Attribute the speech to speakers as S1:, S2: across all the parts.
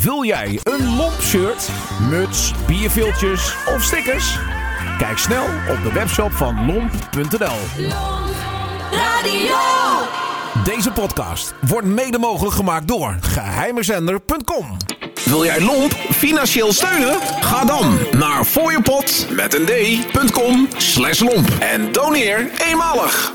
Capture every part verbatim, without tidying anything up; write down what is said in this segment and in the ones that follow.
S1: Wil jij een lomp shirt, muts, bierviltjes of stickers? Kijk snel op de webshop van lomp punt n l.
S2: Lomp Radio.
S1: Deze podcast wordt mede mogelijk gemaakt door geheimezender punt com. Wil jij Lomp financieel steunen? Ga dan naar fooiepot met een d punt com slash lomp en doneer eenmalig.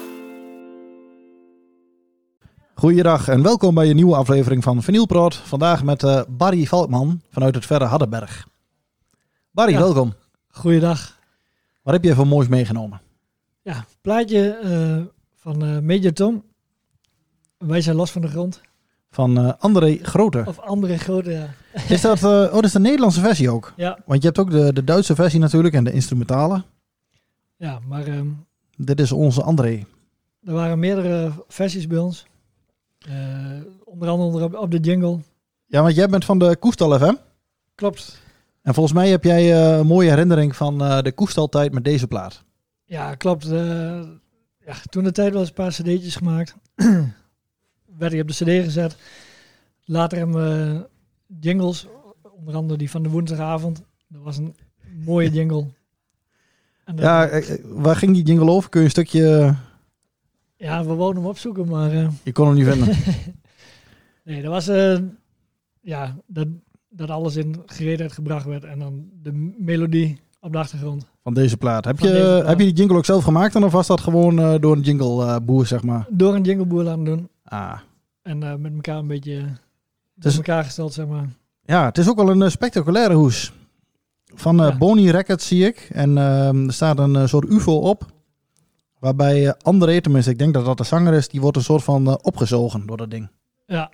S3: Goeiedag en welkom bij een nieuwe aflevering van Vinylpraat. Vandaag met uh, Barry Valkman vanuit het verre Hardenberg. Barry, ja, welkom.
S4: Goeiedag.
S3: Wat heb je voor moois meegenomen?
S4: Ja, plaatje uh, van uh, Major Tom. Wij zijn los van de grond.
S3: Van uh, André Grote.
S4: Of André Grote, ja.
S3: Is dat, uh, oh, dat is de Nederlandse versie ook?
S4: Ja.
S3: Want je hebt ook de, de Duitse versie natuurlijk en de instrumentale.
S4: Ja, maar... Um,
S3: Dit is onze André.
S4: Er waren meerdere versies bij ons. Uh, onder andere op, op de jingle.
S3: Ja, want jij bent van de Koestal F M.
S4: Klopt.
S3: En volgens mij heb jij uh, een mooie herinnering van uh, de Koestaltijd met deze plaat.
S4: Ja, klopt. Uh, ja, toen de tijd was een paar cd'tjes gemaakt. Werd hij op de cd gezet. Later hebben we jingles, onder andere die van de woensdagavond. Dat was een mooie jingle. En dan,
S3: ja, uh, waar ging die jingle over? Kun je een stukje...
S4: Ja, we wouden hem opzoeken, maar... Uh,
S3: je kon hem niet vinden.
S4: Nee, dat was... Uh, ja, dat, dat alles in gereedheid gebracht werd. En dan de melodie op de achtergrond.
S3: Van deze plaat. Heb,
S4: van
S3: je,
S4: deze plaat.
S3: heb je die jingle ook zelf gemaakt dan? Of was dat gewoon uh, door een jingleboer, uh, zeg maar?
S4: Door een jingleboer laten doen.
S3: Ah.
S4: En uh, met elkaar een beetje...
S3: Dus,
S4: door elkaar gesteld, zeg maar.
S3: Ja, het is ook wel een uh, spectaculaire hoes. Van uh, ja. Bonnie Records zie ik. En uh, er staat een uh, soort U F O op. Waarbij uh, André, tenminste ik denk dat dat de zanger is, die wordt een soort van uh, opgezogen door dat ding.
S4: Ja.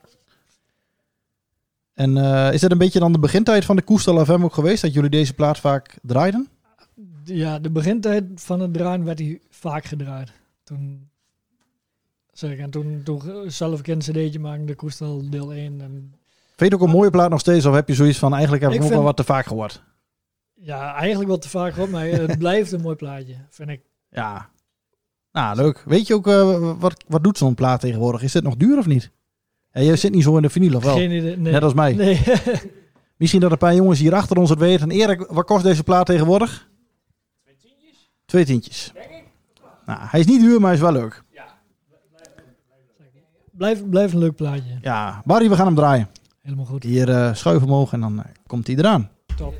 S3: En uh, is dat een beetje dan de begintijd van de Koestal F M ook geweest, dat jullie deze plaat vaak draaiden?
S4: Ja, de begintijd van het draaien werd hij vaak gedraaid. Toen, zeg ik, en toen, toen zelf een cd'tje maken, de Koestal deel één. En...
S3: Vind je het ook een mooie plaat nog steeds, of heb je zoiets van, eigenlijk heb ik, ik hem ook
S4: vind...
S3: wel wat te vaak gehoord?
S4: Ja, eigenlijk wel te vaak gehoord, maar het blijft een mooi plaatje, vind ik.
S3: Ja. Nou, leuk. Weet je ook, uh, wat, wat doet zo'n plaat tegenwoordig? Is dit nog duur of niet? Ja, jij zit niet zo in de vinyl, of wel?
S4: Geen idee, nee.
S3: Net als mij.
S4: Nee.
S3: Misschien dat een paar jongens hier achter ons het weten. En Erik, wat kost deze plaat tegenwoordig?
S5: Twee tientjes.
S3: Twee tientjes.
S5: Denk ik.
S3: Nou, hij is niet duur, maar hij is wel leuk.
S5: Ja.
S4: Blijf, blijf een leuk plaatje.
S3: Ja, Barry, we gaan hem draaien.
S4: Helemaal goed.
S3: Hier uh, schuiven omhoog en dan uh, komt hij eraan.
S4: Top.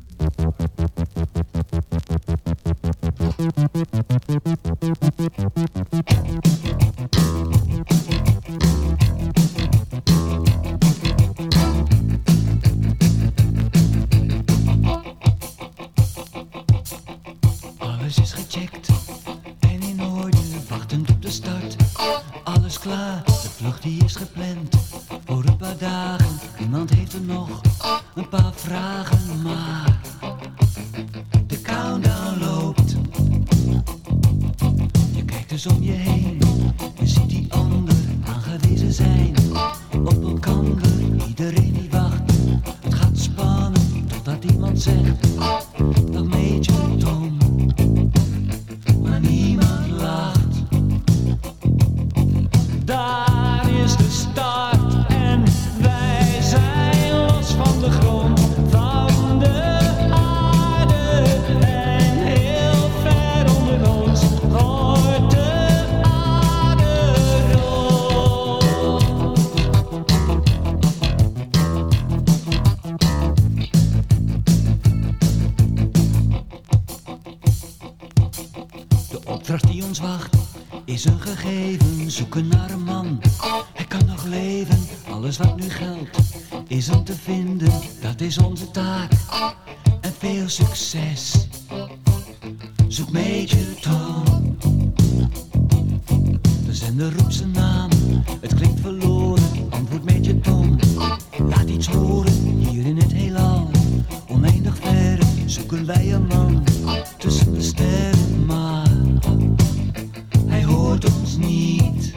S6: Alles is gecheckt en in orde, wachtend op de start. Alles klaar, de vlucht die is gepland voor een paar dagen. Niemand heeft er nog een paar vragen, maar de countdown loopt. Je kijkt dus om je heen, je ziet die ander aangewezen zijn. Op elkander, iedereen die wacht. Het gaat spannen totdat iemand zegt, dat Major Tom. Maar niemand lacht. Daar is de start en wij zijn los van de grond, van de aarde. En heel ver onder ons hoort de aarde rond. De opdracht die ons wacht is een gegeven, zoeken naar een man. Hij kan nog leven, alles wat nu geldt is hem te vinden. Dat is onze taak en veel succes. Zoek Major Tom. De zender roept zijn naam, het klinkt verloren. Antwoord Major Tom. Laat iets horen, hier in het heelal. Oneindig ver zoeken wij een man tussen de sterren, maar hij hoort ons niet.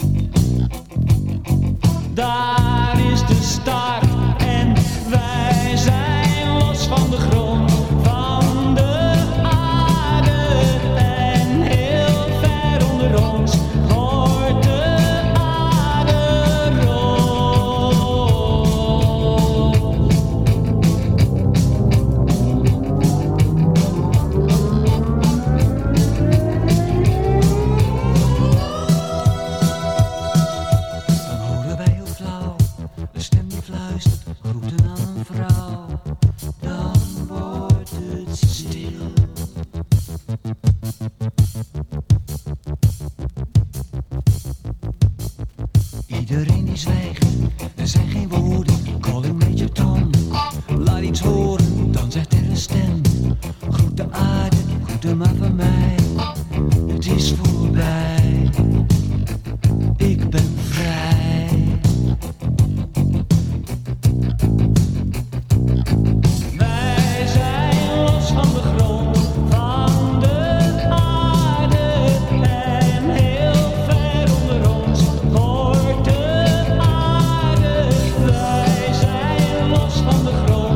S6: Daar is de start en wij zijn los van de grond, van de aarde. En heel ver onder ons hoort de aarde rond. groeten aan een vrouw, dan wordt het stil. Iedereen die zwijgt, er zijn geen woorden. Calling Major Tom, laat iets horen, dan zegt er een stem. Groet de aarde, groet hem maar van mij. Het is voorbij, ik ben vrij. Wij zijn los van de grond, van de aarde. En heel ver onder ons hoort de aarde. Wij zijn los van de grond.